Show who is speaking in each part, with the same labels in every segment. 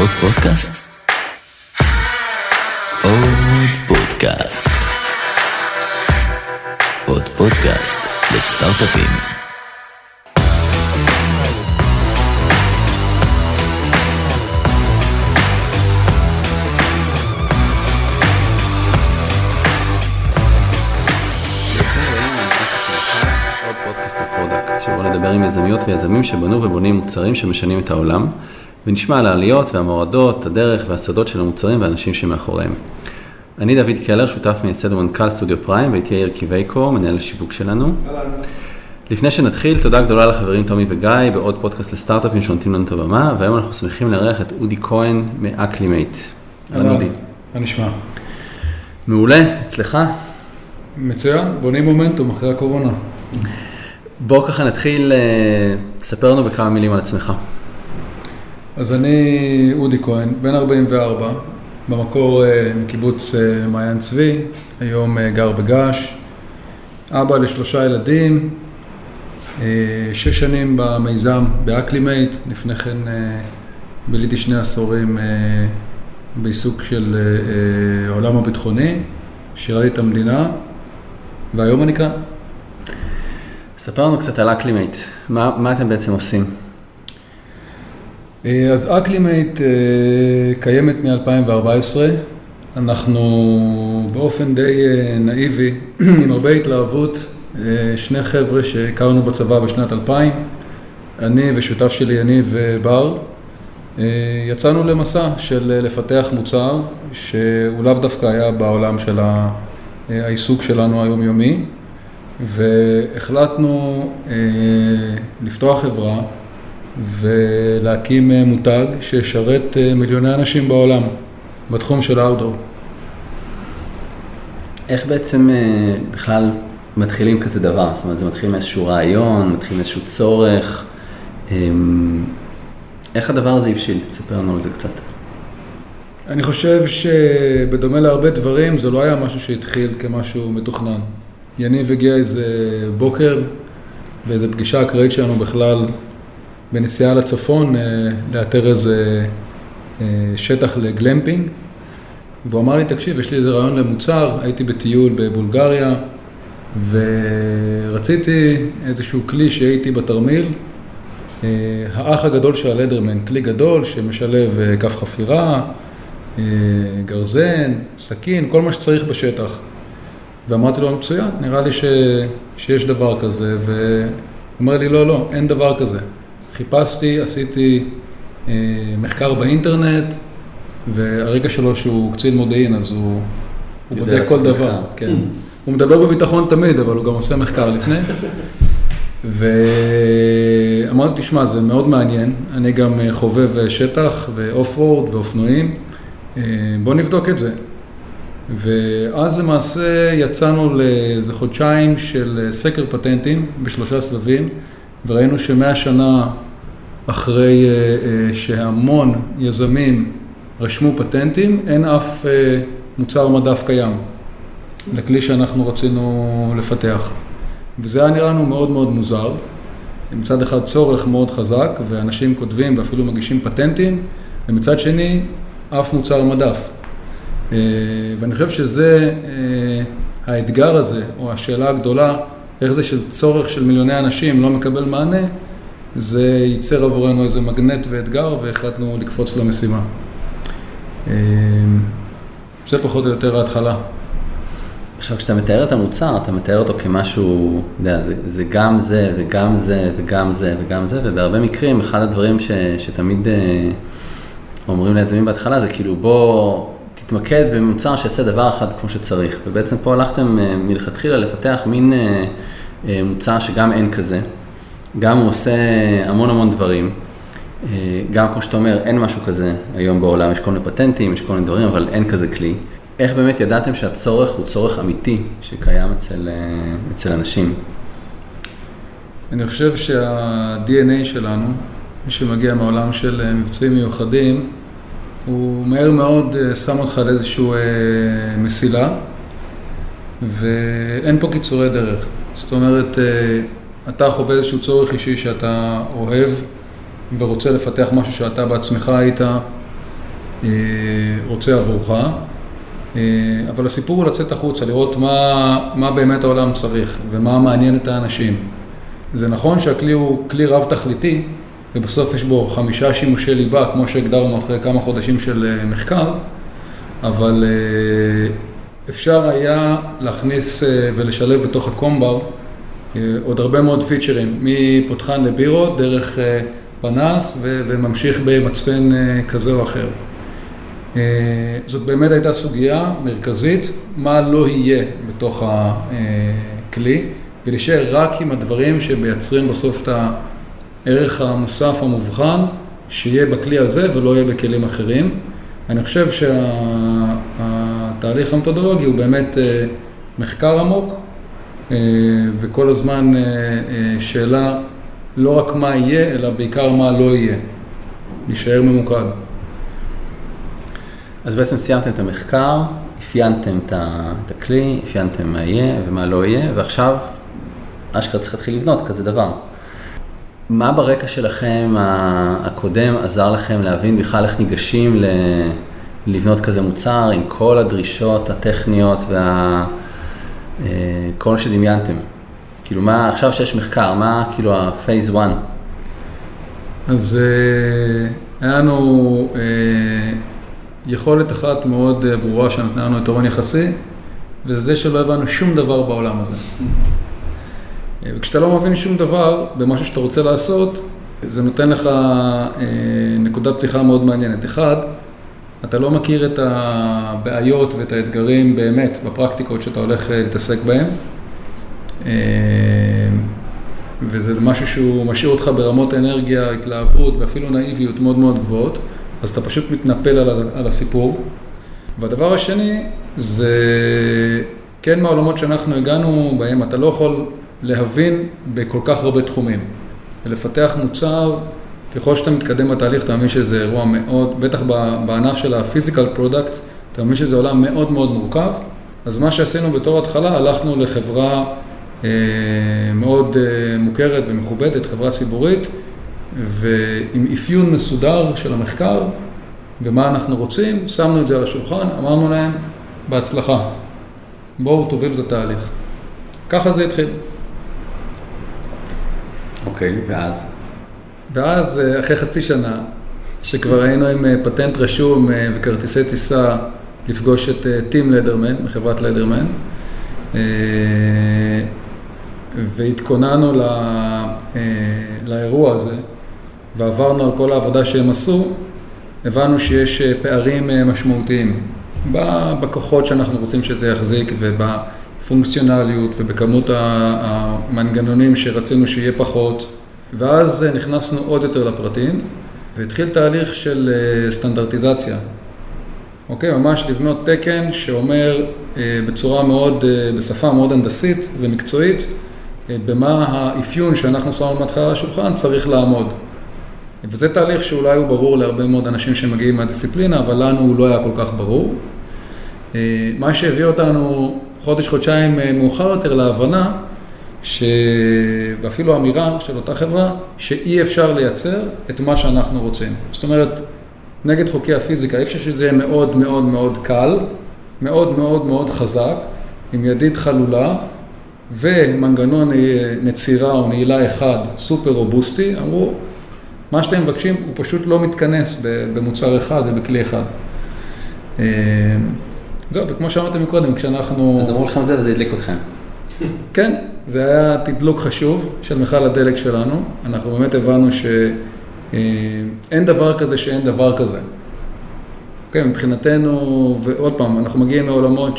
Speaker 1: עוד פודקאסט? עוד פודקאסט. עוד פודקאסט לסטארט-אפים.
Speaker 2: עוד פודקאסט לפרודקט, שבו נדבר עם יזמיות ויזמים שבנו ובונים מוצרים שמשנים את העולם, ונשמע על העליות והמורדות, הדרך והסודות של המוצרים והאנשים שמאחוריהם. אני דוד קלר, שותף מייסד ומנכ"ל סטודיו פריים, ואיתי יאיר קיווייקו, מנהל השיווק שלנו. לפני שנתחיל, תודה גדולה לחברים תומי וגיא בעוד פודקאסט לסטארט-אפים שנותנים לנו את הבמה, והיום אנחנו שמחים לארח את אודי כהן מאקלימייט.
Speaker 3: אהלן, אודי. מה נשמע?
Speaker 2: מעולה, אצלך?
Speaker 3: מצוין, בונים מומנטום אחרי הקורונה.
Speaker 2: בואו ככה נתחיל, ספר לנו בכמה מילים על עצמך.
Speaker 3: אז אני אודי כהן, בן 44, במקור מקיבוץ מעיין צבי, היום גר בגש, אבא ל3 ילדים, 6 שנים במיזם באקלימייט, לפני כן ביליתי 2 עשורים בעיסוק של העולם הביטחוני, שירתי את המדינה, והיום אני כאן.
Speaker 2: ספר לנו קצת על אקלימייט, מה אתם בעצם עושים?
Speaker 3: אז אקלימייט קיימת מ-2014, אנחנו באופן די נאיבי, עם הרבה התלהבות, 2 חבר'ה שהכרנו בצבא בשנת 2000, אני ושותף שלי יניב בר, יצאנו למסע של לפתח מוצר שהוא לאו דווקא היה בעולם של העיסוק שלנו היומיומי, והחלטנו לפתוח חברה ולהקים מותג שישרת מיליוני אנשים בעולם בתחום של האוטדור.
Speaker 2: איך בעצם בכלל מתחילים כזה דבר? זאת אומרת, זה מתחיל מאיזשהו רעיון, מתחיל מאיזשהו צורך. איך הדבר הזה הבשיל? ספר לנו על זה קצת.
Speaker 3: אני חושב שבדומה להרבה דברים, זה לא היה משהו שהתחיל כמשהו מתוכנן. יניב הגיע איזה בוקר, ואיזו פגישה אקראית שלנו בכלל, בנסיעה לצפון, לאתר איזה שטח לגלמפינג, והוא אמר לי, תקשיב, יש לי איזה רעיון למוצר, הייתי בטיול בבולגריה, ורציתי איזשהו כלי שהייתי בתרמיל, האח הגדול של הלדרמן, כלי גדול שמשלב כף חפירה, גרזן, סכין, כל מה שצריך בשטח. ואמרתי לו, מצוין, נראה לי שיש דבר כזה, והוא אומר לי, לא, אין דבר כזה. חיפשתי, עשיתי מחקר באינטרנט, והרגע שלו שהוא קצין מודיעין, אז הוא בודק כל דבר. כן. הוא מדבר בביטחון תמיד, אבל הוא גם עושה מחקר לפני. ואמרתי, תשמע, זה מאוד מעניין, אני גם חובב שטח ואוף-רוד ואופנועים, בוא נבדוק את זה. ואז למעשה יצאנו לאיזה חודשיים של סקר פטנטים ב3 סבבים, וראינו ש100 שנה אחרי שהמון יזמים רשמו פטנטים, אין אף מוצר מדף קיים לכלי שאנחנו רצינו לפתח. וזה היה נראה לנו מאוד מאוד מוזר. מצד אחד צורך מאוד חזק, ואנשים כותבים ואפילו מגישים פטנטים, ומצד שני אף מוצר מדף. ואני חושב שזה האתגר הזה, או השאלה הגדולה, איך זה של צורך של מיליוני אנשים לא מקבל מענה, זה ייצר עבורנו איזה מגנט ואתגר, והחלטנו לקפוץ למשימה. זה פחות או יותר ההתחלה.
Speaker 2: עכשיו, כשאתה מתאר את המוצר, אתה מתאר אותו כמשהו, זה גם זה וגם זה וגם זה וגם זה, ובהרבה מקרים, אחד הדברים שתמיד אומרים ליזמים בהתחלה, זה כאילו בוא תתמקד במוצר שיעשה דבר אחד כמו שצריך. ובעצם פה הלכתם מלכתחילה לפתח מין מוצר שגם אין כזה, גם הוא עושה המון דברים, גם כמו שאתה אומר, אין משהו כזה היום בעולם, יש כל מיני פטנטים, יש כל מיני דברים, אבל אין כזה כלי. איך באמת ידעתם שהצורך הוא צורך אמיתי שקיים אצל אנשים?
Speaker 3: אני חושב שה-DNA שלנו, מי שמגיע מהעולם של מבצעים מיוחדים, הוא מהר מאוד שם אותך לאיזשהו מסילה, ואין פה קיצורי דרך. זאת אומרת, אתה חווה איזשהו צורך אישי שאתה אוהב, ורוצה לפתח משהו שאתה בעצמך היית רוצה עבורך, אבל הסיפור הוא לצאת החוצה, לראות מה באמת העולם צריך ומה מעניין את האנשים. זה נכון שהכלי הוא כלי רב תכליתי, ובסוף יש בו 5 שימושי ליבה, כמו שהגדרנו אחרי כמה חודשים של מחקר, אבל אפשר היה להכניס ולשלב בתוך הקומבר עוד הרבה מאוד פיצ'רים, מפותחן לבירות, דרך פנס וממשיך במצפן כזה או אחר. זאת באמת הייתה סוגיה מרכזית, מה לא יהיה בתוך הכלי, ולהישאר רק עם הדברים שמייצרים בסוף את הערך המוסף המובחן, שיהיה בכלי הזה ולא יהיה בכלים אחרים. אני חושב שהתהליך המתודולוגי הוא באמת מחקר עמוק, וכל הזמן שאלה לא רק מה יהיה, אלא בעיקר מה לא יהיה. להישאר ממוקד.
Speaker 2: אז בעצם סיימתם את המחקר, אפיינתם את הכלי, אפיינתם מה יהיה ומה לא יהיה, ועכשיו אשכרה צריך להתחיל לבנות כזה דבר. מה ברקע שלכם הקודם עזר לכם להבין בכלל איך ניגשים לבנות כזה מוצר עם כל הדרישות הטכניות כל מה שדמיינתם? כאילו מה, עכשיו שיש מחקר, מה כאילו ה-phase 1?
Speaker 3: אז היה לנו יכולת אחת מאוד ברורה שנתנה לנו יתרון יחסי, וזה זה שלא הבנו שום דבר בעולם הזה. וכשאתה לא מבין שום דבר במשהו שאתה רוצה לעשות, זה נותן לך נקודת פתיחה מאוד מעניינת. אחד, אתה לא מכיר את הבעיות ואת האתגרים באמת בפרקטיקות שאתה הולך להתעסק בהם, וזה משהו שהוא משאיר אותך ברמות אנרגיה, התלהבות ואפילו נאיביות מאוד מאוד גבוהות, אז אתה פשוט מתנפל על הסיפור. והדבר השני, זה כן מהעולמות שאנחנו הגענו בהם, אתה לא יכול להבין בכל כך הרבה תחומים. ולפתח מוצר, ככל שאתה מתקדם בתהליך, אתה מבין שזה אירוע מאוד, בטח בענף של ה-physical products, אתה מבין שזה עולם מאוד מאוד מורכב. אז מה שעשינו בתור התחלה, הלכנו לחברה מאוד מוכרת ומכובדת, חברה ציבורית, ועם אפיון מסודר של המחקר, ומה אנחנו רוצים, שמנו את זה על השולחן, אמרנו להם, בהצלחה, בואו תובילו את התהליך. ככה זה התחיל.
Speaker 2: אוקיי, ואז?
Speaker 3: ואז, אחרי חצי שנה, שכבר היינו עם פטנט רשום וכרטיסי טיסה, לפגוש את טים לדרמן, מחברת לדרמן, והתכוננו לאירוע הזה, ועברנו על כל העבודה שהם עשו, הבנו שיש פערים משמעותיים בכוחות שאנחנו רוצים שזה יחזיק, ובפונקציונליות ובכמות המנגנונים שרצינו שיהיה פחות, ואז נכנסנו עוד יותר לפרטים, והתחיל תהליך של סטנדרטיזציה. אוקיי, ממש לבנות תקן שאומר בצורה מאוד, בשפה מאוד הנדסית ומקצועית, במה האפיון שאנחנו שמנו מהתחלה לשולחן צריך לעמוד. וזה תהליך שאולי הוא ברור להרבה מאוד אנשים שמגיעים מהדיסציפלינה, אבל לנו הוא לא היה כל כך ברור. מה שהביא אותנו חודש-חודשיים מאוחר יותר להבנה, ואפילו אמירה של אותה חברה, שאי אפשר לייצר את מה שאנחנו רוצים. זאת אומרת, נגד חוקי הפיזיקה, אפשר שזה יהיה מאוד מאוד מאוד קל, מאוד מאוד מאוד חזק, עם ידית חלולה, ומנגנון נצירה או נעילה אחד סופר רובוסטי, אמרו, מה שאתם מבקשים הוא פשוט לא מתכנס במוצר אחד ובכלי אחד. זהו, וכמו שאמרתם מקודם, כשאנחנו...
Speaker 2: אז אמרו לכם את זה וזה הדליק אתכם.
Speaker 3: כן, זה היה תדלוק חשוב של מכל הדלק שלנו. אנחנו באמת הבנו שאין דבר כזה שאין דבר כזה. אוקיי, מבחינתנו, ועוד פעם, אנחנו מגיעים מעולמות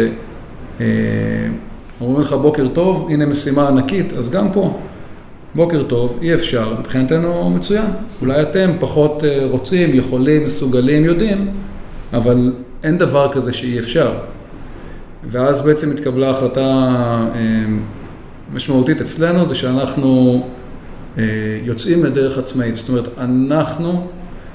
Speaker 3: אומרים לך בוקר טוב, הנה משימה ענקית, אז גם פה, בוקר טוב, אי אפשר, מבחינתנו מצוין. אולי אתם פחות רוצים, יכולים, מסוגלים, יודעים, אבל אין דבר כזה שאי אפשר. ואז בעצם התקבלה החלטה משמעותית אצלנו, זה שאנחנו יוצאים לדרך עצמאית. זאת אומרת, אנחנו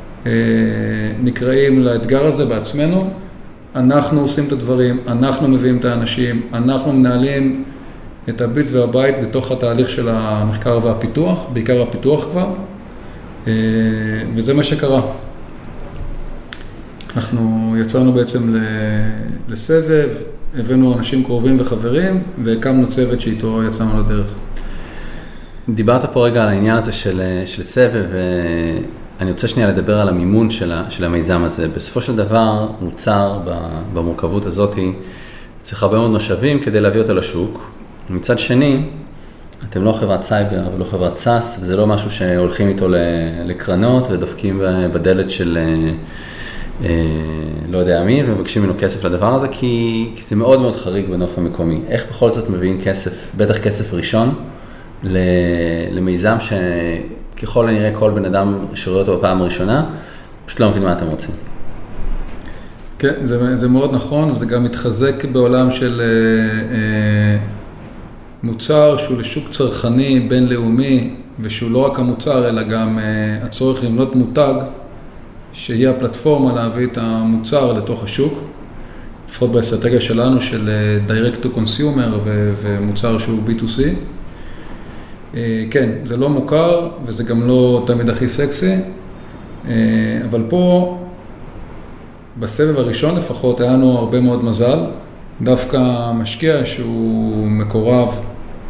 Speaker 3: נקראים לאתגר הזה בעצמנו, אנחנו עושים את הדברים, אנחנו מביאים את האנשים, אנחנו מנהלים את הביץ והבית בתוך התהליך של המחקר והפיתוח, בעיקר הפיתוח כבר, וזה מה שקרה. אנחנו יצאנו בעצם לסבב, הבאנו אנשים קרובים וחברים, והקמנו צוות שאיתו יצאנו לדרך.
Speaker 2: דיברת פה רגע על העניין הזה של סבב, ואני רוצה שנייה לדבר על המימון של המיזם הזה. בסופו של דבר, מוצר במורכבות הזאת, צריך הרבה מאוד משאבים כדי להביא אותה לשוק. מצד שני, אתם לא חברת סייבר ולא חברת סאס, וזה לא משהו שהולכים איתו לקרנות ודופקים בדלת של לא יודע מי, ומבקשים ממנו כסף לדבר הזה, כי זה מאוד מאוד חריג בנוף המקומי. איך בכל זאת מביאים כסף, בטח כסף ראשון, למיזם שככל הנראה כל בן אדם שרואה אותו בפעם הראשונה, פשוט לא מבין מה אתם רוצים.
Speaker 3: כן, זה מאוד נכון, וזה גם מתחזק בעולם של מוצר שהוא לשוק צרכני בינלאומי, ושהוא לא רק המוצר, אלא גם הצורך לבנות מותג, שהיא הפלטפורמה להביא את המוצר לתוך השוק, לפחות באסטרטגיה שלנו של direct to consumer ומוצר שהוא B2C. כן, זה לא מוכר וזה גם לא תמיד הכי סקסי, אבל פה בסבב הראשון לפחות היה לנו הרבה מאוד מזל, דווקא משקיע שהוא מקורב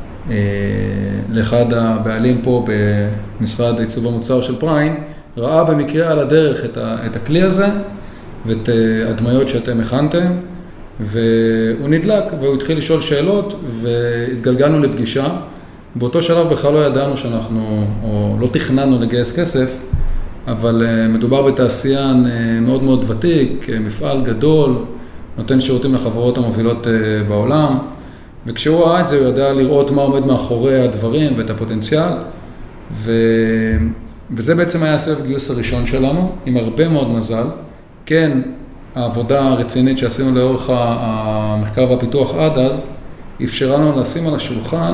Speaker 3: לאחד הבעלים פה במשרד עיצוב המוצר של פריים, ראה במקרה על הדרך את הכלי הזה ואת הדמיות שאתם הכנתם, והוא נדלק והוא התחיל לשאול שאלות והתגלגלנו לפגישה. באותו שלב בכלל לא ידענו שאנחנו, או לא תכננו לגייס כסף, אבל מדובר בתעשיין מאוד מאוד ותיק, מפעל גדול, נותן שירותים לחברות המובילות בעולם, וכשהוא ראה את זה הוא ידע לראות מה עומד מאחורי הדברים ואת הפוטנציאל, וזה בעצם היה הסבב גיוס הראשון שלנו, עם הרבה מאוד מזל. כן, העבודה הרצינית שעשינו לאורך המחקר והפיתוח עד אז, אפשרה לנו לשים על השולחן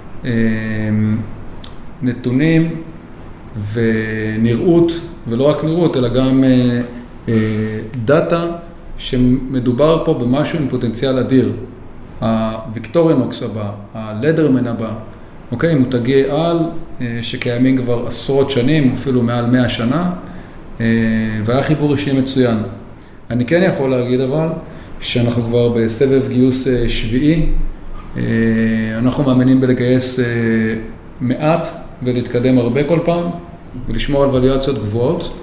Speaker 3: נתונים ונראות, ולא רק נראות, אלא גם דאטה שמדובר פה במשהו עם פוטנציאל אדיר. הוויקטוריונוקס הבא, הלדרמן הבא, אוקיי, מותגי על שקיימים כבר עשרות שנים, אפילו מעל 100 שנה, והיה חיבור אישי מצוין. אני כן יכול להגיד אבל שאנחנו כבר בסבב גיוס שביעי, אנחנו מאמינים בלגייס מעט ולהתקדם הרבה כל פעם, ולשמור על וליואציות גבוהות.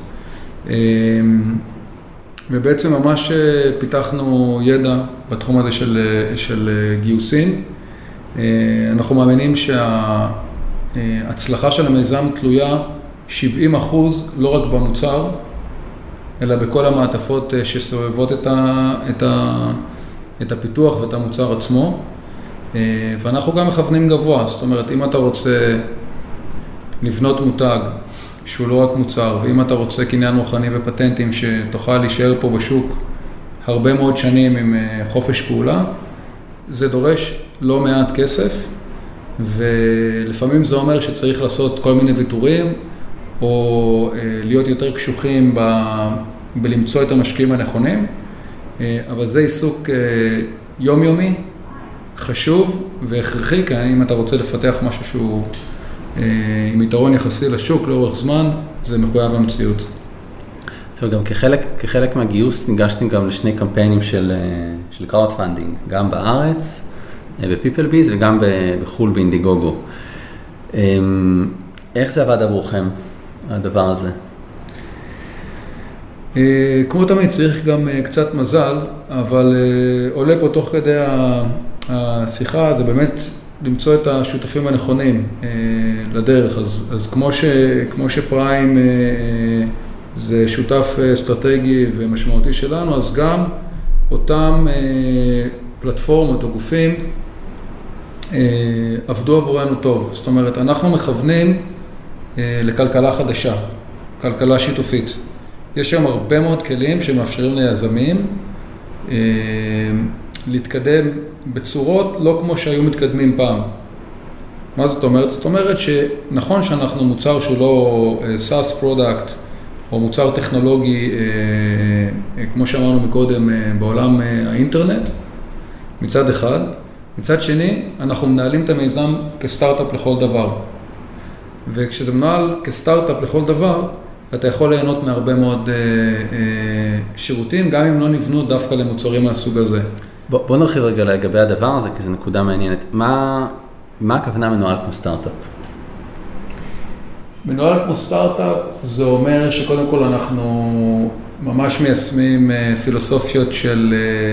Speaker 3: ובעצם ממש פיתחנו ידע בתחום הזה של גיוסים. אנחנו מאמינים שההצלחה של המיזם תלויה 70% לא רק במוצר, אלא בכל המעטפות שסובבות את הפיתוח ואת המוצר עצמו. ואנחנו גם מכוונים גבוה, זאת אומרת, אם אתה רוצה לבנות מותג שהוא לא רק מוצר, ואם אתה רוצה קניין רוחני ופטנטים שתוכל להישאר פה בשוק הרבה מאוד שנים עם חופש פעולה, זה דורש לא מעט כסף, ולפעמים זה אומר שצריך לעשות כל מיני ויתורים, או להיות יותר קשוחים בלמצוא את המשקיעים הנכונים, אבל זה עיסוק יומיומי, חשוב והכרחי, כי אם אתה רוצה לפתח משהו שהוא עם יתרון יחסי לשוק לאורך זמן, זה מחויב המציאות.
Speaker 2: עכשיו גם כחלק מהגיוס ניגשתם גם לשני קמפיינים של קראוד פנדינג, גם בארץ, בפיפלביז וגם בחול באינדיגוגו. איך זה עבד עבורכם, הדבר הזה?
Speaker 3: כמו תמיד צריך גם קצת מזל, אבל עולה פה תוך כדי השיחה, זה באמת למצוא את השותפים הנכונים לדרך. אז כמו שפריים זה שותף אסטרטגי ומשמעותי שלנו, אז גם אותם פלטפורמות או גופים עבדו עבורנו טוב. זאת אומרת, אנחנו מכוונים לכלכלה חדשה, כלכלה שיתופית. יש שם הרבה מאוד כלים שמאפשרים ליזמים להתקדם בצורות לא כמו שהיו מתקדמים פעם. מה זאת אומרת? זאת אומרת שנכון שאנחנו מוצר שהוא לא SaaS product או מוצר טכנולוגי, כמו שאמרנו מקודם, בעולם האינטרנט, מצד אחד. מצד שני, אנחנו מנהלים את המיזם כסטארט-אפ לכל דבר. וכשזה מנהל כסטארט-אפ לכל דבר, אתה יכול ליהנות מהרבה מאוד שירותים, גם אם לא נבנו דווקא למוצרים מהסוג הזה.
Speaker 2: בוא נרחיב רגע לגבי הדבר הזה, כי זו נקודה מעניינת. מה הכוונה מנוהל כמו סטארט-אפ?
Speaker 3: מנוהל כמו סטארט-אפ זה אומר שקודם כל אנחנו ממש מיישמים פילוסופיות של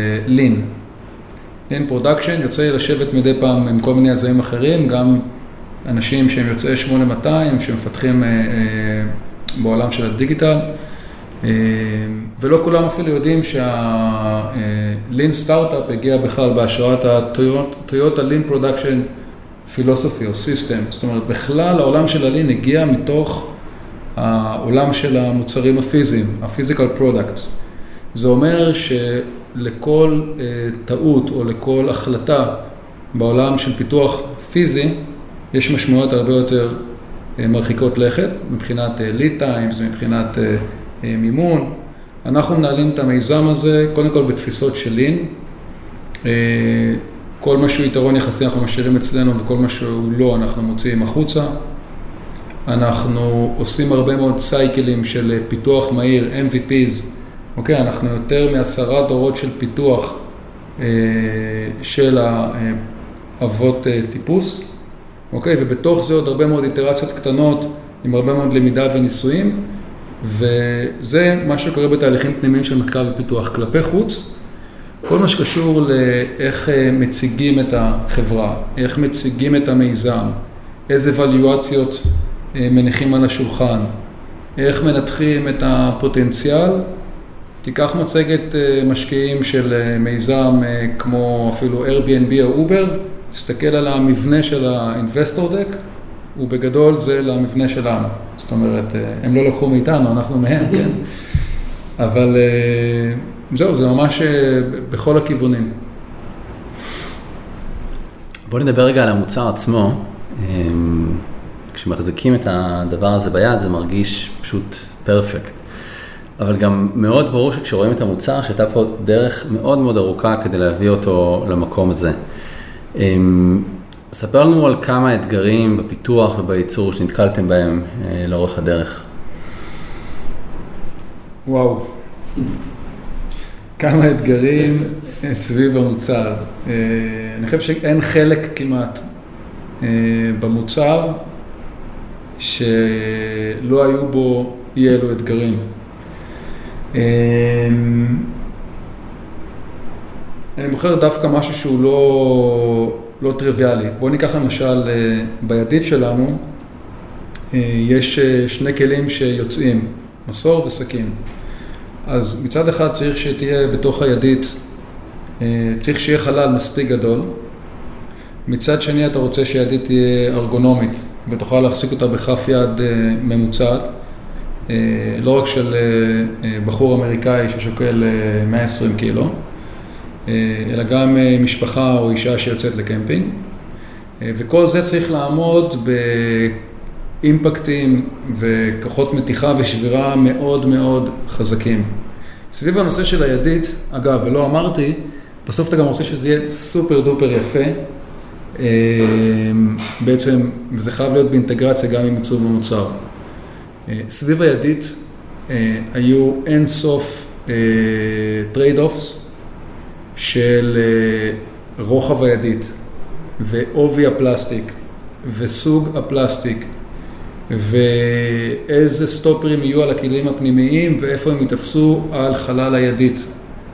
Speaker 3: Lean Production, יוצא לשבת מדי פעם עם כל מיני יזמים אחרים, גם אנשים שהם יוצאי 8200, שמפתחים בעולם של הדיגיטל, ולא כולם אפילו יודעים שה-Lean Startup הגיע בכלל בהשראת ה-Toyota Lean Production Philosophy או System. זאת אומרת, בכלל העולם של ה-Lean הגיע מתוך העולם של המוצרים הפיזיים, ה-Physical Products. זה אומר שלכל טעות או לכל החלטה בעולם של פיתוח פיזי, יש משמעויות הרבה יותר מרחיקות לכת, מבחינת lead times, מבחינת מימון. אנחנו מנהלים את המיזם הזה, קודם כל בתפיסות של Lean. כל מה שהוא יתרון יחסי אנחנו משאירים אצלנו, וכל מה שהוא לא אנחנו מוציאים החוצה. אנחנו עושים הרבה מאוד סייקלים של פיתוח מהיר, MVPs. אוקיי, אנחנו יותר מ10 דורות של פיתוח של האבות טיפוס. אוקיי, ובתוך זה עוד הרבה מאוד איטרציות קטנות, עם הרבה מאוד למידה וניסויים, וזה מה שקורה בתהליכים פנימיים של מחקר ופיתוח כלפי חוץ. כל מה שקשור לאיך מציגים את החברה, איך מציגים את המיזם, איזה ואליואציות מניחים על השולחן, איך מנתחים את הפוטנציאל. תיקח מצגת משקיעים של מיזם כמו אפילו Airbnb או Uber, תסתכל על המבנה של ה-Investor Deck, ובגדול זה למבנה שלנו. זאת אומרת, הם לא לקחו מאיתנו, אנחנו מהם, כן? אבל זהו, זה ממש בכל הכיוונים.
Speaker 2: בואו נדבר רגע על המוצר עצמו. כשמחזיקים את הדבר הזה ביד, זה מרגיש פשוט פרפקט. אבל גם מאוד ברור שכשרואים את המוצר, שהייתה פה דרך מאוד מאוד ארוכה כדי להביא אותו למקום הזה. ספר לנו על כמה אתגרים בפיתוח ובייצור שנתקלתם בהם לאורך הדרך.
Speaker 3: וואו. כמה אתגרים סביב המוצר. אני חושב שאין חלק כמעט במוצר שלא היו בו אי אלו אתגרים. אני מוכר דווקא משהו שהוא לא טריוויאלי. בואו ניקח למשל בידית שלנו, יש שני כלים שיוצאים, מסור וסכין. אז מצד אחד צריך שתהיה בתוך הידית, צריך שיהיה חלל מספיק גדול. מצד שני אתה רוצה שהידית תהיה ארגונומית ותוכל להחזיק אותה בכף יד ממוצעת. לא רק של בחור אמריקאי ששוקל 120 קילו, אלא גם משפחה או אישה שיוצאת לקמפינג. וכל זה צריך לעמוד באימפקטים וכוחות מתיחה ושבירה מאוד מאוד חזקים. סביב הנושא של הידית, אגב, ולא אמרתי, בסוף אתה גם רוצה שזה יהיה סופר דופר יפה. בעצם, וזה חייב להיות באינטגרציה גם עם עיצוב המוצר. סביב הידית היו אין סוף טרייד-אופס של רוחב הידית ועובי הפלסטיק וסוג הפלסטיק ואיזה סטופרים יהיו על הכלים הפנימיים ואיפה הם יתפסו על חלל הידית.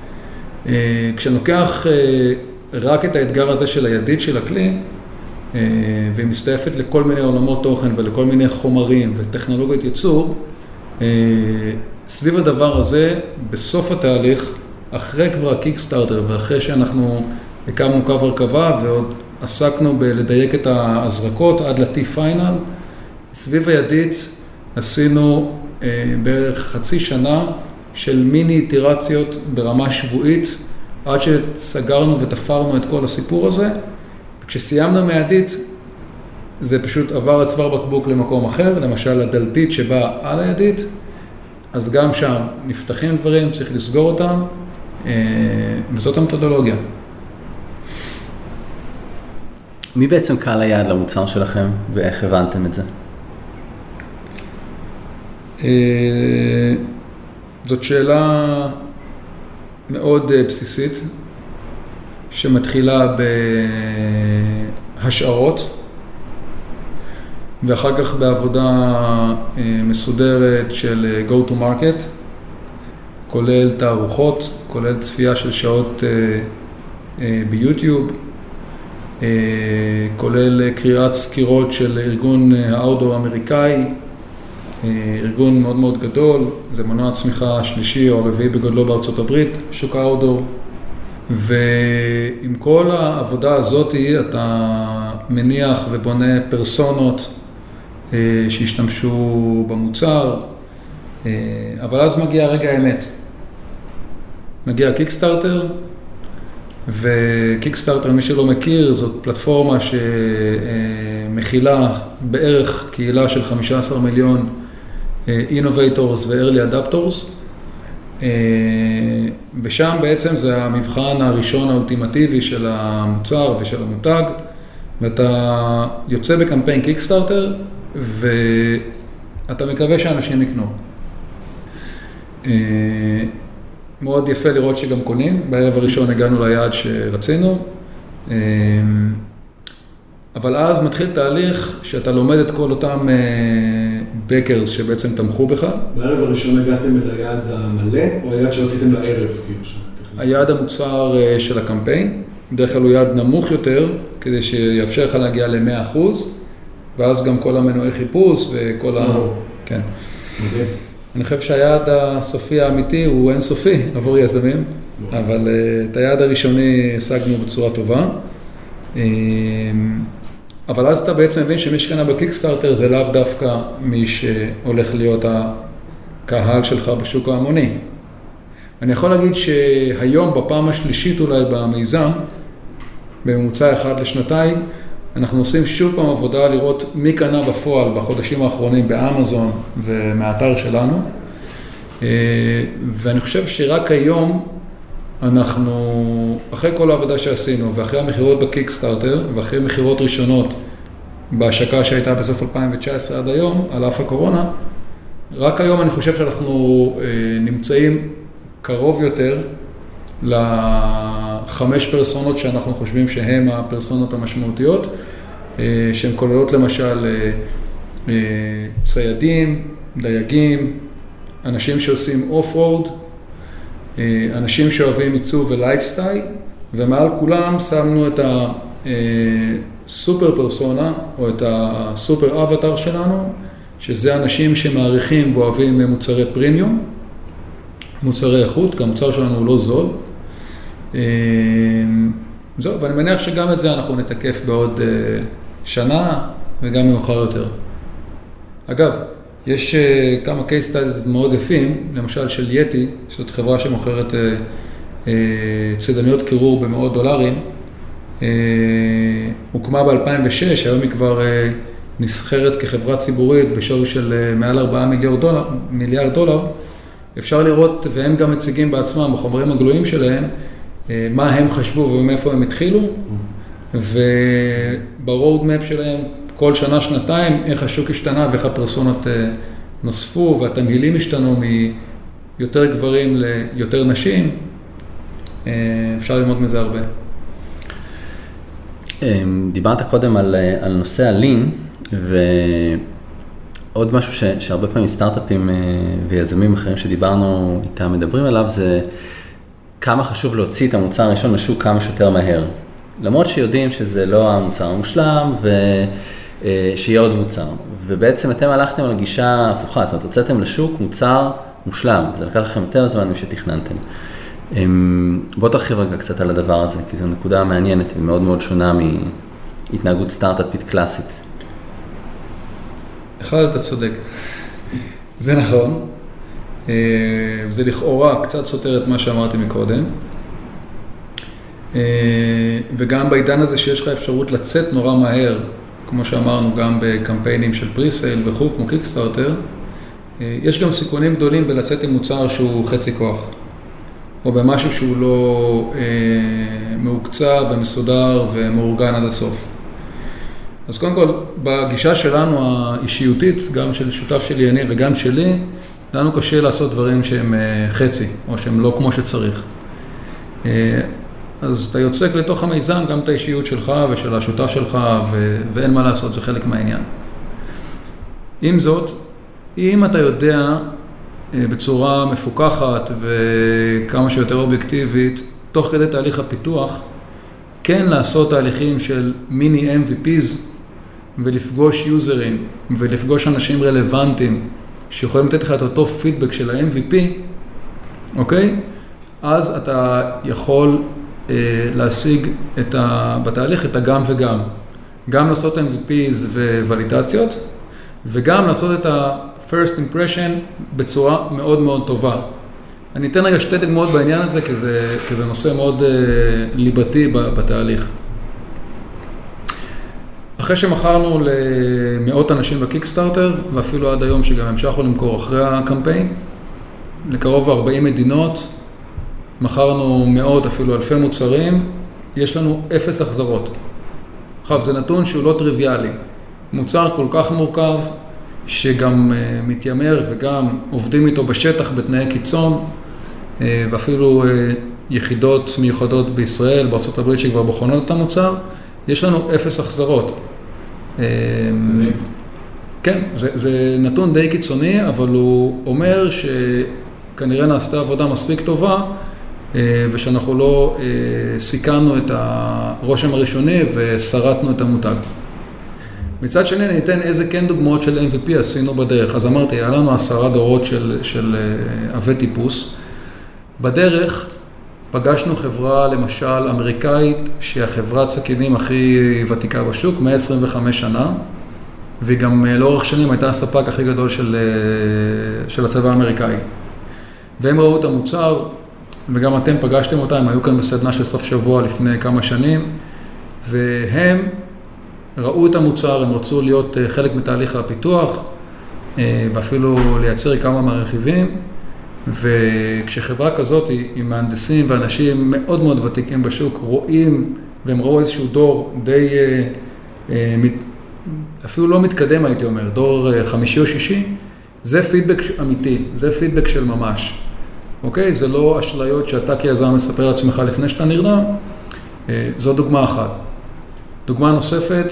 Speaker 3: כשנוקח רק את האתגר הזה של הידית של הכלי, והיא מסתעפת לכל מיני עולמות תוכן ולכל מיני חומרים וטכנולוגיות ייצור, סביב הדבר הזה, בסוף התהליך, אחרי כבר הקיקסטארטר ואחרי שאנחנו הקמנו קו הרכבה ועוד עסקנו בלדייק את ההזרקות עד ל-T-Final, סביב הידית עשינו בערך חצי שנה של מיני איטרציות ברמה שבועית, עד שסגרנו ותפרנו את כל הסיפור הזה. כשסיימנו מהידית, זה פשוט עבר את צוואר בקבוק למקום אחר, למשל הדלתית שבאה על הידית, אז גם שם נפתחים דברים, צריך לסגור אותם, וזאת המתודולוגיה.
Speaker 2: מי בעצם קהל היעד למוצר שלכם, ואיך הבנתם את זה?
Speaker 3: זאת שאלה מאוד בסיסית, שמתחילה בהשערות, ואחר כך בעבודה מסודרת של go to market, כולל תערוכות, כולל צפייה של שעות ביוטיוב, כולל קריאת סקירות של ארגון האאוטדור האמריקאי, ארגון מאוד מאוד גדול, זה מנוע צמיחה השלישי או הרביעי בגודלו בארצות הברית, שוק האאוטדור. ועם כל העבודה הזאת אתה מניח ובונה פרסונות שהשתמשו במוצר, אבל אז מגיע רגע האמת. מגיע קיקסטארטר, וקיקסטארטר, מי שלא מכיר, זאת פלטפורמה שמכילה בערך קהילה של 15 מיליון Innovators ו-Early Adapters, ושם בעצם זה המבחן הראשון האולטימטיבי של המוצר ושל המותג, ואתה יוצא בקמפיין קיקסטארטר, ואתה מקווה שאנשים יקנו. מאוד יפה לראות שגם קונים, בערב הראשון הגענו ליעד שרצינו, אבל אז מתחיל תהליך שאתה לומד את כל אותם בקרס שבעצם תמכו בך.
Speaker 4: בערב הראשון הגעתם אל היעד המלא, או היעד שרציתם לערב?
Speaker 3: היעד המוצר של הקמפיין, בדרך כלל הוא יעד נמוך יותר, כדי שיאפשר לך להגיע ל-100%, ואז גם כל המנועי חיפוש וכל כן. אני חושב שהיעד הסופי האמיתי הוא אינסופי עבור יזמים, אבל את היעד הראשוני השגנו בצורה טובה. אבל אז אתה בעצם מבין שמי שקנה בקיקסטארטר זה לאו דווקא מי שהולך להיות הקהל שלך בשוק ההמוני. אני יכול להגיד שהיום בפעם השלישית אולי במיזם, בממוצע 1 לשנתיים, אנחנו עושים שוב פעם עבודה לראות מי קנה בפועל בחודשים האחרונים באמזון ומהאתר שלנו. ואני חושב שרק היום אנחנו, אחרי כל העבודה שעשינו ואחרי המחירות בקיקסטארטר ואחרי מחירות ראשונות בהשקה שהייתה בסוף 2019 עד היום, על אף הקורונה, רק היום אני חושב שאנחנו נמצאים קרוב יותר ל5 פרסונות שאנחנו חושבים שהן הפרסונות המשמעותיות, שהן כוללות למשל ציידים, דייגים, אנשים שעושים אוף-רוד, אנשים שאוהבים עיצוב ולייפסטייל, ומעל כולם שמנו את הסופר פרסונה, או את הסופר אבטר שלנו, שזה אנשים שמעריכים ואוהבים מוצרי פרימיום, מוצרי איכות, כי המוצר שלנו הוא לא זול. זהו, ואני מניח שגם את זה אנחנו נתקף בעוד שנה, וגם מאוחר יותר. אגב, יש כמה case studies מאוד יפים, למשל של יטי, שזאת חברה שמוכרת צידניות קירור במאות דולרים, הוקמה ב-2006, היום היא כבר נסחרת כחברה ציבורית בשווי של מעל 4 מיליארד דולר. אפשר לראות, והם גם מציגים בעצמם, בחומרים הגלויים שלהם, מה הם חשבו ומאיפה הם התחילו, וברוד מפ שלהם, כל שנה, שנתיים, איך השוק השתנה ואיך הפרסונות נוספו, והתמהילים השתנו מיותר גברים ליותר נשים. אפשר ללמוד מזה הרבה.
Speaker 2: דיברת קודם על נושא הלין, ועוד משהו שהרבה פעמים סטארט-אפים ויזמים אחרים שדיברנו איתם מדברים עליו, זה כמה חשוב להוציא את המוצר הראשון לשוק כמה שיותר מהר. למרות שיודעים שזה לא המוצר המושלם, ושיהיה עוד מוצר. ובעצם אתם הלכתם על גישה הפוכה, זאת אומרת, הוצאתם לשוק מוצר מושלם, זה לקח לכם יותר זמן משתכננתם. בוא תרחיב רגע קצת על הדבר הזה, כי זו נקודה מעניינת ומאוד מאוד שונה מהתנהגות סטארט-אפית קלאסית.
Speaker 3: אחד, אתה צודק. זה נכון. זה לכאורה קצת סותר את מה שאמרתי מקודם. וגם בעידן הזה שיש לך אפשרות לצאת נורא מהר, כמו שאמרנו, גם בקמפיינים של פריסייל וכו', כמו קיקסטארטר, יש גם סיכונים גדולים בלצאת עם מוצר שהוא חצי כוח, או במשהו שהוא לא מעוקצב ומסודר ומאורגן עד הסוף. אז קודם כל, בגישה שלנו האישיותית, גם של שותף שלי אני וגם שלי, לנו קשה לעשות דברים שהם חצי, או שהם לא כמו שצריך. אז אתה יוצק לתוך המיזם גם את האישיות שלך ושל השותף שלך, ואין מה לעשות, זה חלק מהעניין. עם זאת, אם אתה יודע בצורה מפוקחת וכמה שיותר אובייקטיבית, תוך כדי תהליך הפיתוח, כן לעשות תהליכים של מיני MVPs, ולפגוש יוזרים, ולפגוש אנשים רלוונטיים, שיכולים לתת לך את אותו פידבק של ה-MVP, אוקיי? אז אתה יכול להשיג בתהליך את הגם וגם. גם לעשות MVPs וולידציות, וגם לעשות את ה-first impression בצורה מאוד מאוד טובה. אני אתן רגע שתי דוגמאות בעניין הזה, כי זה נושא מאוד ליבתי בתהליך. אחרי שמכרנו למאות אנשים בקיקסטארטר, ואפילו עד היום שגם המשכנו למכור אחרי הקמפיין, לקרוב 40 מדינות, מכרנו מאות, אפילו אלפי מוצרים, יש לנו 0 החזרות. עכשיו, זה נתון שהוא לא טריוויאלי. מוצר כל כך מורכב, שגם מתיימר וגם עובדים איתו בשטח בתנאי קיצון, ואפילו יחידות מיוחדות בישראל, בארצות הברית שכבר בוחנות את המוצר, יש לנו 0 החזרות. כן, זה נתון די קיצוני, אבל הוא אומר שכנראה נעשתה עבודה מספיק טובה, ושאנחנו לא סיכנו את הרושם הראשוני ושרטנו את המותג. מצד שני, אני אתן איזה כן דוגמאות של MVP עשינו בדרך. אז אמרתי, היה לנו 10 דורות של אבי טיפוס. בדרך פגשנו חברה, למשל, אמריקאית, שהיא החברת סכינים הכי ותיקה בשוק, 125 שנה, והיא גם לאורך שנים הייתה הספק הכי גדול של הצבא האמריקאי. והם ראו את המוצר, וגם אתם פגשתם אותם, הם היו כאן בסדנה של סוף שבוע לפני כמה שנים, והם ראו את המוצר, הם רצו להיות חלק מתהליך הפיתוח, ואפילו לייצר כמה מהרכיבים, וכשחברה כזאת עם מהנדסים ואנשים מאוד מאוד ותיקים בשוק רואים, והם ראו איזשהו דור די, אפילו לא מתקדם הייתי אומר, דור 5 או 6, זה פידבק אמיתי, זה פידבק של ממש. אוקיי? זה לא אשליות שאתה כיזם מספר לעצמך לפני שאתה נרדם, זו דוגמה אחת. דוגמה נוספת,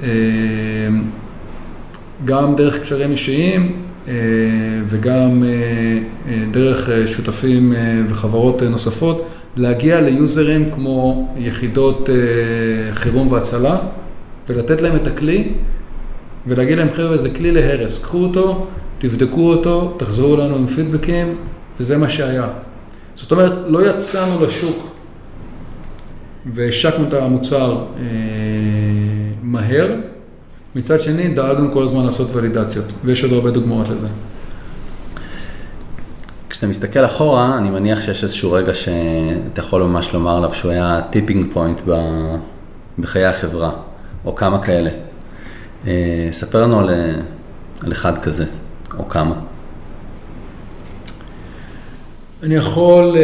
Speaker 3: גם דרך קשרים אישיים וגם דרך שותפים וחברות נוספות, להגיע ליוזרים כמו יחידות חירום והצלה, ולתת להם את הכלי, ולהגיד להם, חבר'ה, זה כלי להרס. קחו אותו, תבדקו אותו, תחזרו לנו עם פידבקים, וזה מה שהיה. זאת אומרת, לא יצאנו לשוק, והשקנו את המוצר מהר, מצד שני דאגנו כל הזמן לעשות ולידציות, ויש עוד הרבה דוגמאות לזה.
Speaker 2: כשאתה מסתכל אחורה, אני מניח שיש איזשהו רגע שאתה יכול ממש לומר עליו שהוא היה טיפינג פוינט בחיי החברה, או כמה כאלה. ספר לנו על אחד כזה, או כמה.
Speaker 3: אני יכול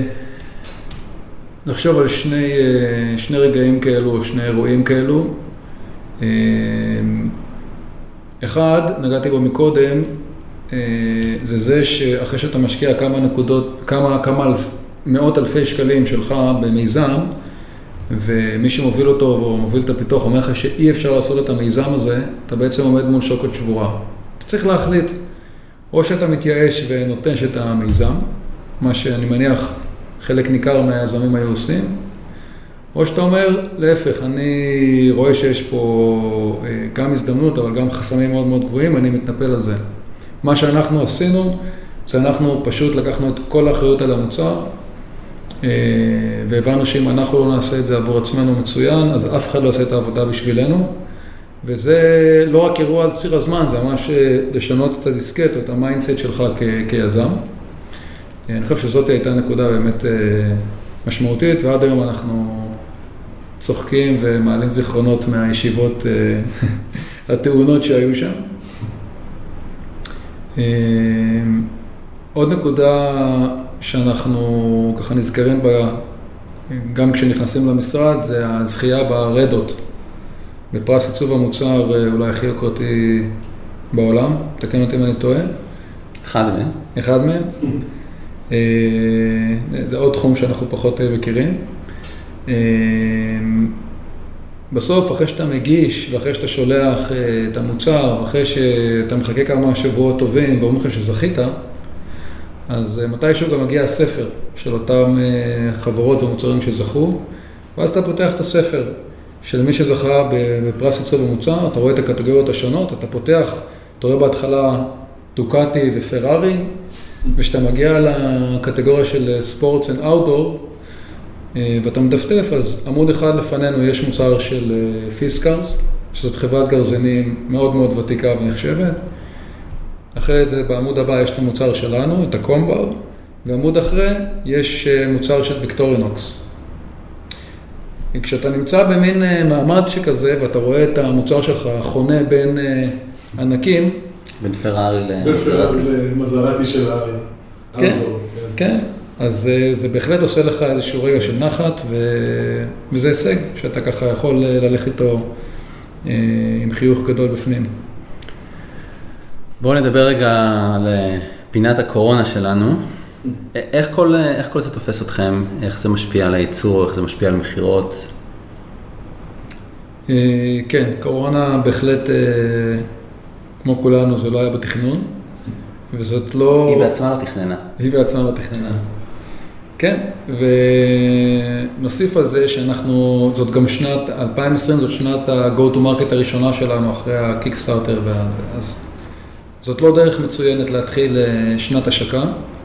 Speaker 3: לחשוב על שני רגעים כאלו, שני אירועים כאלו. אחד, נגעתי בו מקודם, זה שאחרי שאתה משקיע כמה מאות אלפי שקלים שלך במיזם, ומי שמוביל אותו או מוביל את הפיתוח אומר לך שאי אפשר לעשות את המיזם הזה, אתה בעצם עומד מול שוקת שבורה. אתה צריך להחליט, או שאתה מתייאש ונוטש את המיזם, מה שאני מניח חלק ניכר מהיזמים היו עושים, או שאתה אומר, להפך, אני רואה שיש פה גם הזדמנות, אבל גם חסמים מאוד מאוד גבוהים, אני מתנפל על זה. מה שאנחנו עשינו, זה אנחנו פשוט לקחנו את כל האחריות על המוצר, והבנו שאם אנחנו לא נעשה את זה עבור עצמנו מצוין, אז אף אחד לא עושה את העבודה בשבילנו, וזה לא רק אירוע על ציר הזמן, זה ממש לשנות את הדיסקט, או את המיינדסט שלך כיזם. אני חושב שזאת הייתה נקודה באמת משמעותית, ועד היום אנחנו צוחקים ומעלים זיכרונות מהישיבות התאונות שהיו שם. עוד נקודה שאנחנו ככה נזכרים בה, גם כשנכנסים למשרד, זה הזכייה ברדות. בפרס עיצוב המוצר אולי הכי יוקרתי בעולם, תקן אותי אם אני טועה. אחד מהם. זה עוד תחום שאנחנו פחות מכירים. בסוף, אחרי שאתה מגיש, ואחרי שאתה שולח את המוצר, ואחרי שאתה מחכה כמה שבועות טובים, ואומרים לך שזכית, אז מתישהו גם מגיע הספר של אותם חברות ומוצרים שזכו, ואז אתה פותח את הספר של מי שזכה בפרס עיצוב המוצר, אתה רואה את הקטגוריות השונות, אתה פותח, אתה רואה בהתחלה דוקטי ופרארי, ושאתה מגיע לקטגוריה של ספורטס and outdoor, ואתה מדפדף, אז עמוד אחד לפנינו יש מוצר של פיסקרס, שזאת חברת גרזנים מאוד מאוד ותיקה ונחשבת. אחרי זה בעמוד הבא יש את המוצר שלנו, את הקומבר, ועמוד אחרי יש מוצר של ויקטורינוקס. כשאתה נמצא במין מעמד שכזה, ואתה רואה את המוצר שלך חונה בין ענקים,
Speaker 2: בין פרארי
Speaker 4: למזרטי של
Speaker 3: כן, כן. אז זה בהחלט עושה לך איזשהו רגע של נחת, וזה הישג שאתה ככה יכול ללכת איתו עם חיוך גדול בפנים.
Speaker 2: בואו נדבר רגע על פינת הקורונה שלנו. איך כל זה תופס אתכם? איך זה משפיע על הייצור? איך זה משפיע על מחירות?
Speaker 3: כן, קורונה בהחלט, כמו כולנו, זה לא היה בתכנון, וזאת לא...
Speaker 2: היא בעצמה לא תכננה.
Speaker 3: היא בעצמה לא תכננה. כן, ונוסיף על זה שאנחנו, זאת גם שנת 2020, זאת שנת ה-go to market הראשונה שלנו אחרי הקיקסטארטר, אז זאת לא דרך מצוינת להתחיל שנת השקה.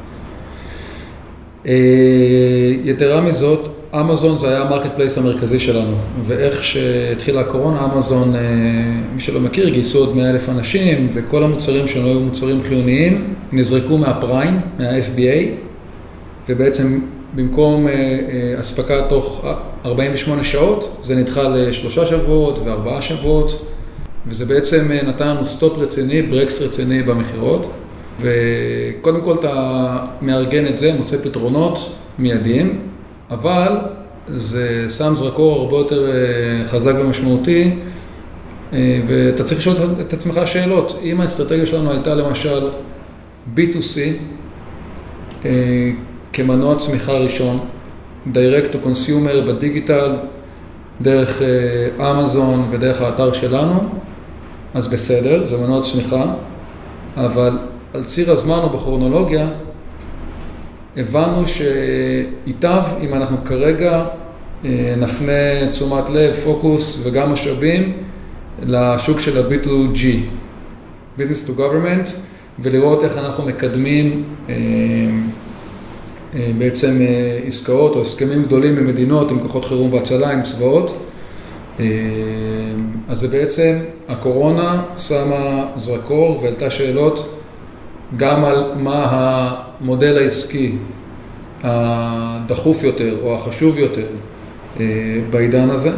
Speaker 3: יתרה מזאת, אמזון זה היה המרקט פלייס המרכזי שלנו, ואיך שהתחילה הקורונה, אמזון, מי שלא מכיר, גייסו עוד 100,000 אנשים, וכל המוצרים שלנו היו מוצרים חיוניים, נזרקו מהפריים, מה-FBA, ובעצם במקום אספקה תוך 48 שעות, זה נדחה ל3 שבועות ו4 שבועות, וזה בעצם נתן לנו סטופ רציני, ברקס רציני במחירות, וקודם כל אתה מארגן את זה, מוצא פתרונות מיידיים, אבל זה שם זרקור הרבה יותר חזק ומשמעותי, ואתה צריך לשאול את עצמך שאלות. אם האסטרטגיה שלנו הייתה למשל B2C, כמנוע צמיחה ראשון, direct to consumer בדיגיטל, דרך אמזון ודרך האתר שלנו, אז בסדר, זה מנוע צמיחה, אבל על ציר הזמן או בכרונולוגיה, הבנו שייטב אם אנחנו כרגע נפנה תשומת לב, פוקוס וגם משאבים לשוק של ה-B2G, Business to Government, ולראות איך אנחנו מקדמים בעצם עסקאות או הסכמים גדולים במדינות עם כוחות חירום והצלה, עם צבאות. אז זה בעצם, הקורונה שמה זרקור והעלתה שאלות גם על מה המודל העסקי הדחוף יותר או החשוב יותר בעידן הזה.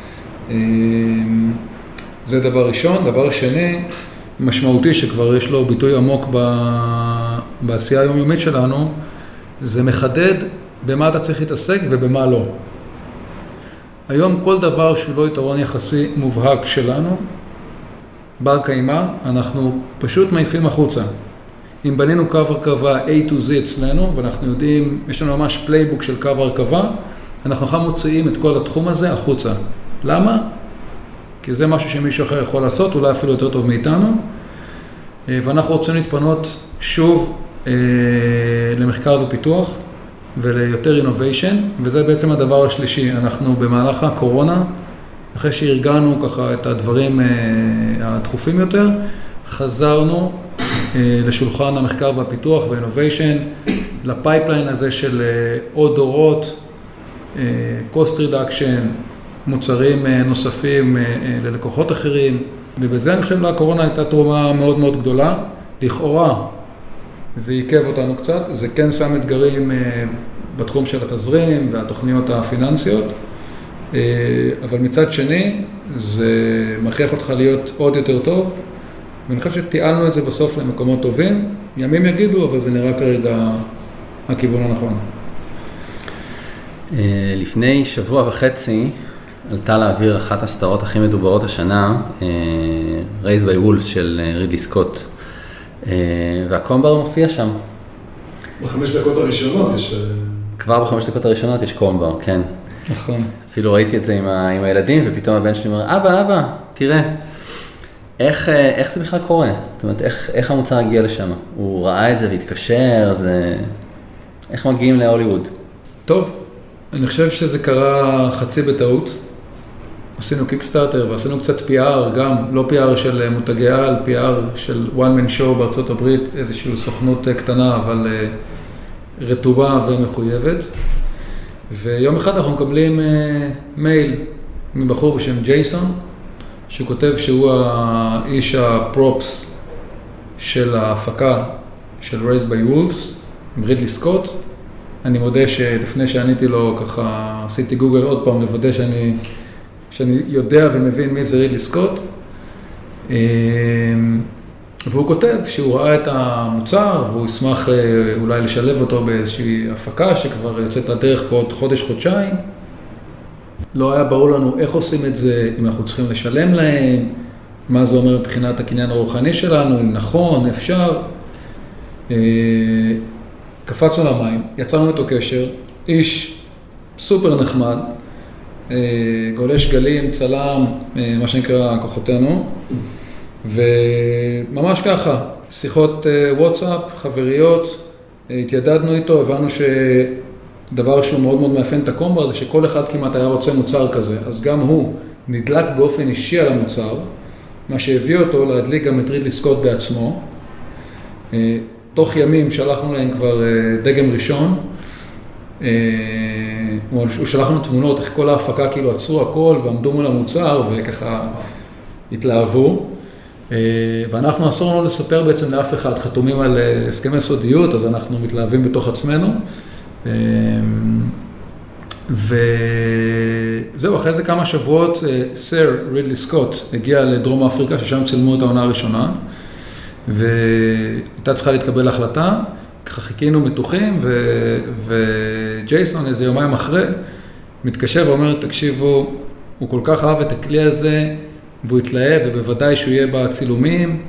Speaker 3: זה דבר ראשון. דבר שני, משמעותי שכבר יש לו ביטוי עמוק בעשייה היומיומית שלנו, זה מחדד במה אתה צריך להתעסק ובמה לא. היום כל דבר שהוא לא יתרון יחסי מובהק שלנו, בר קיימא, אנחנו פשוט מעיפים החוצה. אם בנינו קו הרכבה A to Z אצלנו, ואנחנו יודעים, יש לנו ממש פלייבוק של קו הרכבה, אנחנו אחר מוציאים את כל התחום הזה החוצה. למה? כי זה משהו שמישהו אחר יכול לעשות, אולי אפילו יותר טוב מאיתנו, ואנחנו רוצים להתפנות שוב למחקר ופיתוח וליותר innovation, וזה בעצם הדבר השלישי. אנחנו במהלך הקורונה, אחרי שארגנו ככה את הדברים הדחופים יותר, חזרנו לשולחן המחקר והפיתוח ו-innovation, לפייפליין הזה של עוד דורות, cost reduction, מוצרים נוספים ללקוחות אחרים, ובזה אני חושב לקורונה הייתה תרומה מאוד מאוד גדולה. לכאורה זה עיכב אותנו קצת, זה כן שם אתגרים בתחום של התזרים והתוכניות הפיננסיות, אבל מצד שני זה מכריח אותך להיות עוד יותר טוב, ואני חושב שתיעלנו את זה בסוף למקומות טובים, ימים יגידו, אבל זה נראה כרגע הכיוון הנכון.
Speaker 2: לפני שבוע וחצי עלתה לאוויר אחת הסדרות הכי מדוברות השנה, Raised by Wolves של רידלי סקוט, והקומבר מופיע שם.
Speaker 4: בחמש דקות הראשונות יש...
Speaker 2: כבר בחמש דקות הראשונות יש קומבר, כן.
Speaker 3: נכון.
Speaker 2: אפילו ראיתי את זה עם הילדים, ופתאום הבן שלי אומר, אבא, תראה, איך זה בכלל קורה? זאת אומרת, איך המוצר הגיע לשם? הוא ראה את זה והתקשר, איך מגיעים להוליווד?
Speaker 3: טוב, אני חושב שזה קרה חצי בטעות. עשינו קיקסטארטר ועשינו קצת PR, גם לא PR של מותגי על, PR של one man show בארצות הברית, איזושהי סוכנות קטנה, אבל רטובה ומחויבת. ויום אחד אנחנו מקבלים מייל מבחור בשם ג'ייסון, שכותב שהוא האיש הפרופס של ההפקה של Raised by Wolves, עם רידלי סקוט. אני מודה שלפני שעניתי לו ככה, עשיתי גוגל עוד פעם לוודא שאני יודע ומבין מי זה רידלי סקוט. והוא כותב שהוא ראה את המוצר, והוא ישמח אולי לשלב אותו באיזושהי הפקה שכבר יוצאת לדרך פה עוד חודש-חודשיים. לא היה ברור לנו איך עושים את זה, אם אנחנו צריכים לשלם להם, מה זה אומר מבחינת הקניין הרוחני שלנו, אם נכון, אפשר. קפצנו למים, יצרנו איתו קשר, איש סופר נחמד, גולש גלים, צלם, מה שנקרא כוחותינו, וממש ככה, שיחות וואטסאפ, חבריות, התיידדנו איתו, הבנו שדבר שהוא מאוד מאוד מאפיין את הקומבר זה שכל אחד כמעט היה רוצה מוצר כזה, אז גם הוא נדלק באופן אישי על המוצר, מה שהביא אותו להדליק גם את רידלי סקוט בעצמו. תוך ימים שלחנו להם כבר דגם ראשון, הוא שלח לנו תמונות, איך כל ההפקה כאילו עצרו הכל ועמדו מול המוצר וככה התלהבו. ואנחנו אסור לנו לספר בעצם לאף אחד, חתומים על הסכמי סודיות, אז אנחנו מתלהבים בתוך עצמנו. וזהו, אחרי זה כמה שבועות, סר רידלי סקוט הגיע לדרום אפריקה, ששם צילמו את העונה הראשונה, והייתה צריכה להתקבל החלטה, ככה חיכינו מתוחים, וג'ייסון איזה יומיים אחרי, מתקשר ואומר, תקשיבו, הוא כל כך אהב את הכלי הזה, והוא התלהב, ובוודאי שהוא יהיה בצילומים.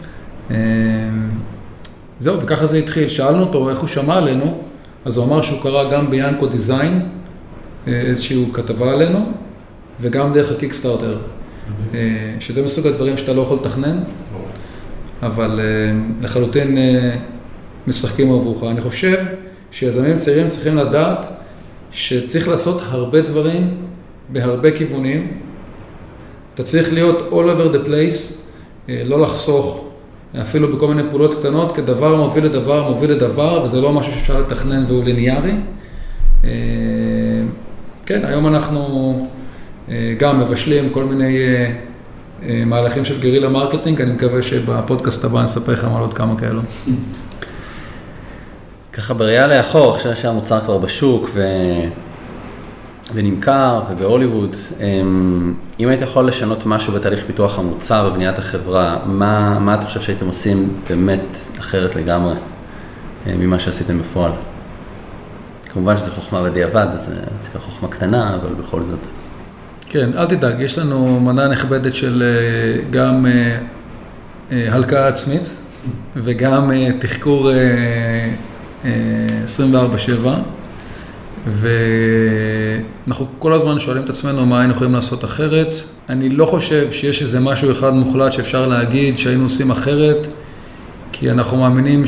Speaker 3: זהו, וככה זה התחיל. שאלנו אותו איך הוא שמע עלינו, אז הוא אמר שהוא קרא גם ביאנקו דיזיין, איזושהי כתבה עלינו, וגם דרך הקיקסטארטר, שזה מסוג הדברים שאתה לא יכול לתכנן, אבל לחלוטין משחקים עבורך. אני חושב שיזמים צעירים צריכים לדעת שצריך לעשות הרבה דברים בהרבה כיוונים. אתה צריך להיות all over the place, לא לחסוך, אפילו בכל מיני פעולות קטנות, כדבר מוביל לדבר, וזה לא משהו שאפשר לתכנן והוא ליניארי. כן, היום אנחנו גם מבשלים כל מיני מהלכים של גרילה מרקטינג, אני מקווה שבפודקאסט הבא נספר לכם על עוד כמה כאלו.
Speaker 2: ככה בראייה לאחור, אחרי שהמוצר כבר בשוק ונמכר ובהוליווד, אם היית יכול לשנות משהו בתהליך פיתוח המוצר ובניית החברה, מה אתה חושב שהייתם עושים באמת אחרת לגמרי ממה שעשיתם בפועל? כמובן שזה חוכמה בדיעבד, אז זה חוכמה קטנה, אבל בכל זאת.
Speaker 3: כן, אל תדאג, יש לנו מנה נכבדת של גם הלקאה עצמית וגם תחקור 24/7, ואנחנו כל הזמן שואלים את עצמנו מה היינו יכולים לעשות אחרת. אני לא חושב שיש איזה משהו אחד מוחלט שאפשר להגיד שהיינו עושים אחרת, כי אנחנו מאמינים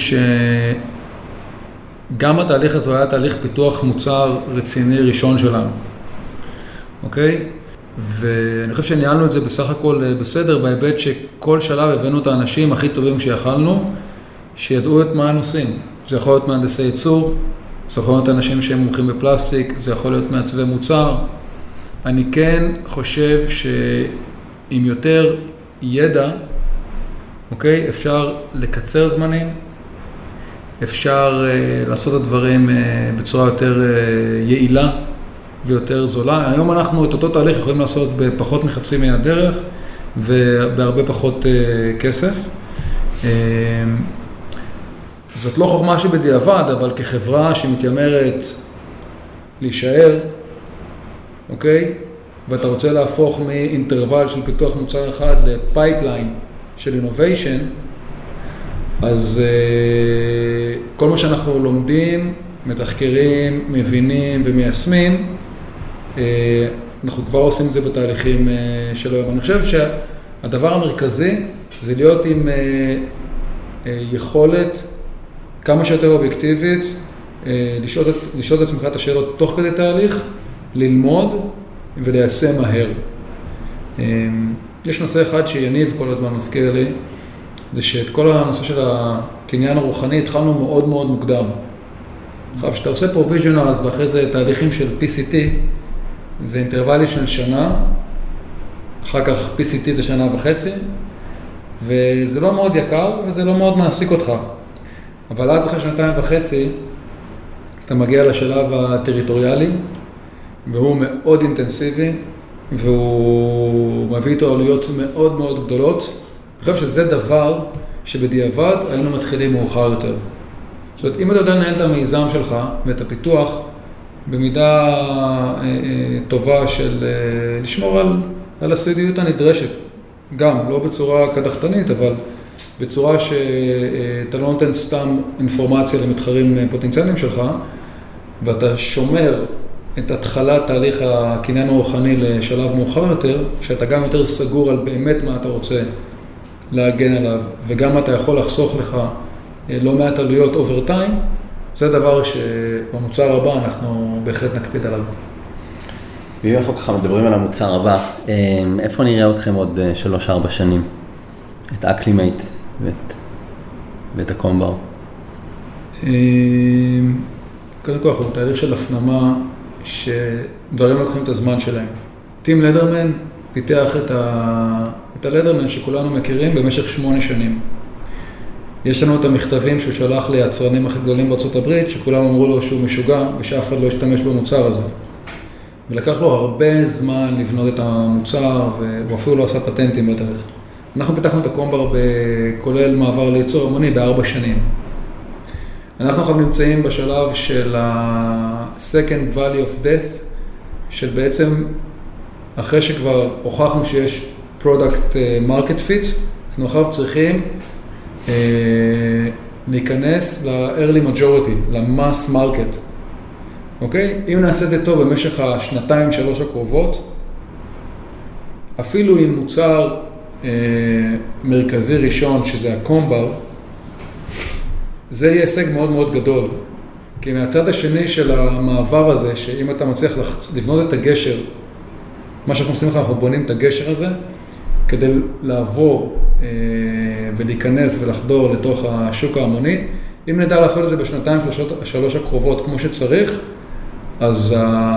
Speaker 3: שגם התהליך הזה היה תהליך פיתוח מוצר רציני ראשון שלנו, אוקיי? ואני חושב שניהלנו את זה בסך הכל בסדר, בהיבט שכל שלב הבאנו את האנשים הכי טובים שיכלנו, שידעו את מה הם עושים. זה יכול להיות מהנדסי ייצור, זה יכול להיות אנשים שהם מומחים בפלסטיק, זה יכול להיות מעצבי מוצר. אני כן חושב שעם יותר ידע, אוקיי, אפשר לקצר זמנים, אפשר לעשות את הדברים בצורה יותר יעילה ויותר זולה. היום אנחנו את אותו תהליך יכולים לעשות בפחות מחצי מהדרך ובהרבה פחות כסף. זאת לא חוכמה שבדיעבד, אבל כחברה שמתיימרת להישאר, אוקיי? ואתה רוצה להפוך מאינטרוול של פיתוח מוצר אחד לפייפליין של innovation, אז כל מה שאנחנו לומדים, מתחקרים, מבינים ומיישמים, אנחנו כבר עושים את זה בתהליכים של היום. אני חושב שהדבר המרכזי זה להיות עם יכולת כמה שיותר אובייקטיבית, לשאול את עצמך את השאלות תוך כדי תהליך, ללמוד וליישם מהר. יש נושא אחד שיניב כל הזמן מזכיר לי, זה שאת כל הנושא של הקניין הרוחני התחלנו מאוד מאוד מוקדם. עכשיו, שאתה עושה פרוביז'נלס ואחרי זה תהליכים של PCT, זה אינטרוולים של שנה, אחר כך PCT זה שנה וחצי, וזה לא מאוד יקר וזה לא מאוד מעסיק אותך. אבל אז אחרי 2.5, אתה מגיע לשלב הטריטוריאלי, והוא מאוד אינטנסיבי, והוא מביא איתו עלויות מאוד מאוד גדולות. אני חושב שזה דבר שבדיעבד היינו מתחילים מאוחר יותר. זאת אומרת, אם אתה יודע לנהל את המיזם שלך ואת הפיתוח, במידה טובה של לשמור על הסודיות הנדרשת, גם לא בצורה קדחתנית, אבל בצורה שאתה לא נותן סתם אינפורמציה למתחרים פוטנציאליים שלך, ואתה שומר את התחלת תהליך הקניין הרוחני לשלב מאוחר יותר, שאתה גם יותר סגור על באמת מה אתה רוצה להגן עליו, וגם אתה יכול לחסוך לך לא מעט עלויות אובר טיים, זה דבר שבמוצר הבא אנחנו בהחלט נקפיד עליו.
Speaker 2: ואם אנחנו ככה מדברים על המוצר הבא, איפה נראה אתכם עוד 3-4 שנים? את אקלימייט ואת הקומבר?
Speaker 3: קודם כל, אנחנו בתהליך של הפנמה שדברים לוקחים את הזמן שלהם. טים לדרמן פיתח את הלדרמן שכולנו מכירים במשך 8 שנים. יש לנו את המכתבים שהוא שלח ליצרנים הכי גדולים בארצות הברית, שכולם אמרו לו שהוא משוגע ושאף אחד לא ישתמש במוצר הזה. ולקח לו הרבה זמן לבנות את המוצר, והוא אפילו לא עשה פטנטים בדרך. אנחנו פיתחנו את הקומבר בכולל מעבר לייצור המוני ב4 שנים. אנחנו עכשיו נמצאים בשלב של ה-Second Valley of Death, של בעצם, אחרי שכבר הוכחנו שיש Product Market Fit, אנחנו עכשיו צריכים להיכנס ל-Early Majority, ל-Mass Market. אוקיי? אם נעשה את זה טוב במשך 2-3 הקרובות, אפילו עם מוצר מרכזי ראשון, שזה הקומבר, זה יהיה הישג מאוד מאוד גדול. כי מהצד השני של המעבר הזה, שאם אתה מצליח לבנות את הגשר, מה שאנחנו עושים לך, אנחנו בונים את הגשר הזה, כדי לעבור ולהיכנס ולחדור לתוך השוק ההמוני, אם נדע לעשות את זה ב2-3 הקרובות כמו שצריך, אז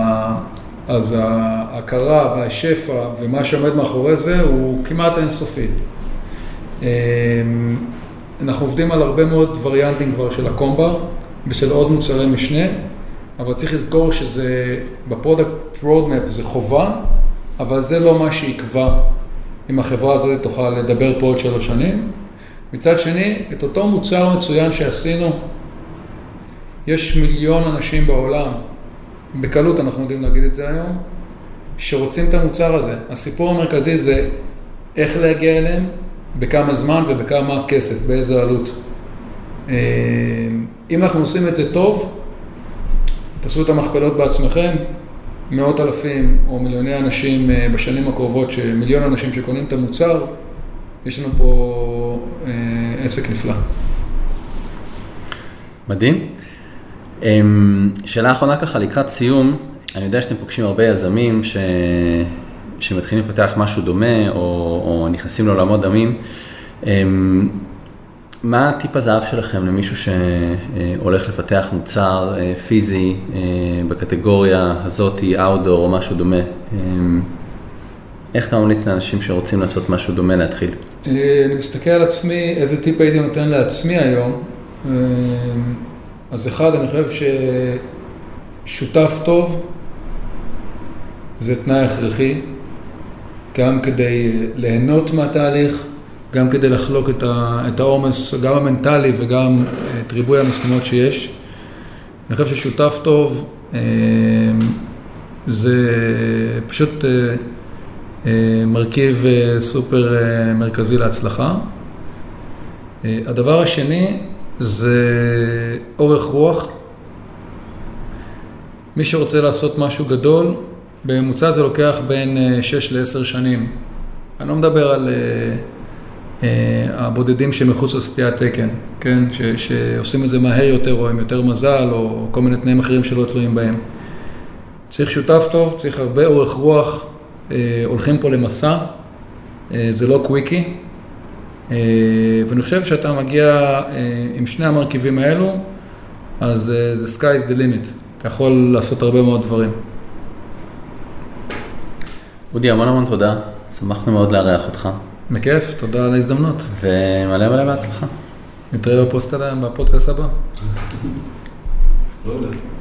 Speaker 3: ההכרה והשפע ומה שעומד מאחורי זה הוא כמעט אינסופי. אנחנו עובדים על הרבה מאוד וריאנטים כבר של הקומבר ושל עוד מוצרי משנה, אבל צריך לזכור שזה בפרודקט רודמפ זה חובה, אבל זה לא מה שיקבע אם החברה הזאת תוכל לדבר פה עוד 3 שנים. מצד שני, את אותו מוצר מצוין שעשינו, יש 1,000,000 אנשים בעולם, בקלות אנחנו יודעים להגיד את זה היום, שרוצים את המוצר הזה. הסיפור המרכזי זה איך להגיע אליהם, בכמה זמן ובכמה כסף, באיזה עלות. אם אנחנו עושים את זה טוב, תעשו את המכפלות בעצמכם, 100,000 או מיליוני אנשים בשנים הקרובות, ש1,000,000 אנשים שקונים את המוצר, יש לנו פה עסק נפלא.
Speaker 2: מדהים. שאלה האחרונה ככה לקראת סיום, אני יודע שאתם פוגשים הרבה יזמים שמתחילים לפתח משהו דומה או נכנסים לעולמות דמים. מה הטיפ הזהב שלכם למישהו שהולך לפתח מוצר פיזי בקטגוריה הזאת, אאוטדור או משהו דומה? איך אתה ממליץ לאנשים שרוצים לעשות משהו דומה להתחיל?
Speaker 3: אני מסתכל על עצמי, איזה טיפ הייתי נותן לעצמי היום. אז אחד, אני חושב ששותף טוב זה תנאי הכרחי, גם כדי ליהנות מהתהליך, גם כדי לחלוק את העומס, גם המנטלי וגם את ריבוי המשימות שיש. אני חושב ששותף טוב זה פשוט מרכיב סופר מרכזי להצלחה. הדבר השני זה אורך רוח. מי שרוצה לעשות משהו גדול, בממוצע זה לוקח בין 6 ל-10 שנים. אני לא מדבר על הבודדים שמחוץ לסטיית תקן, כן? שעושים את זה מהר יותר או עם יותר מזל או כל מיני תנאים אחרים שלא תלויים בהם. צריך שותף טוב, צריך הרבה אורך רוח, הולכים פה למסע, זה לא קוויקי, ואני חושב שאתה מגיע עם שני המרכיבים האלו, אז the sky is the limit, אתה יכול לעשות הרבה מאוד דברים.
Speaker 2: אודי, המון תודה, שמחנו מאוד לארח אותך.
Speaker 3: בכיף, תודה על ההזדמנות.
Speaker 2: ומלא בהצלחה.
Speaker 3: נתראה בפודקאסט הבא.
Speaker 4: לא יודע.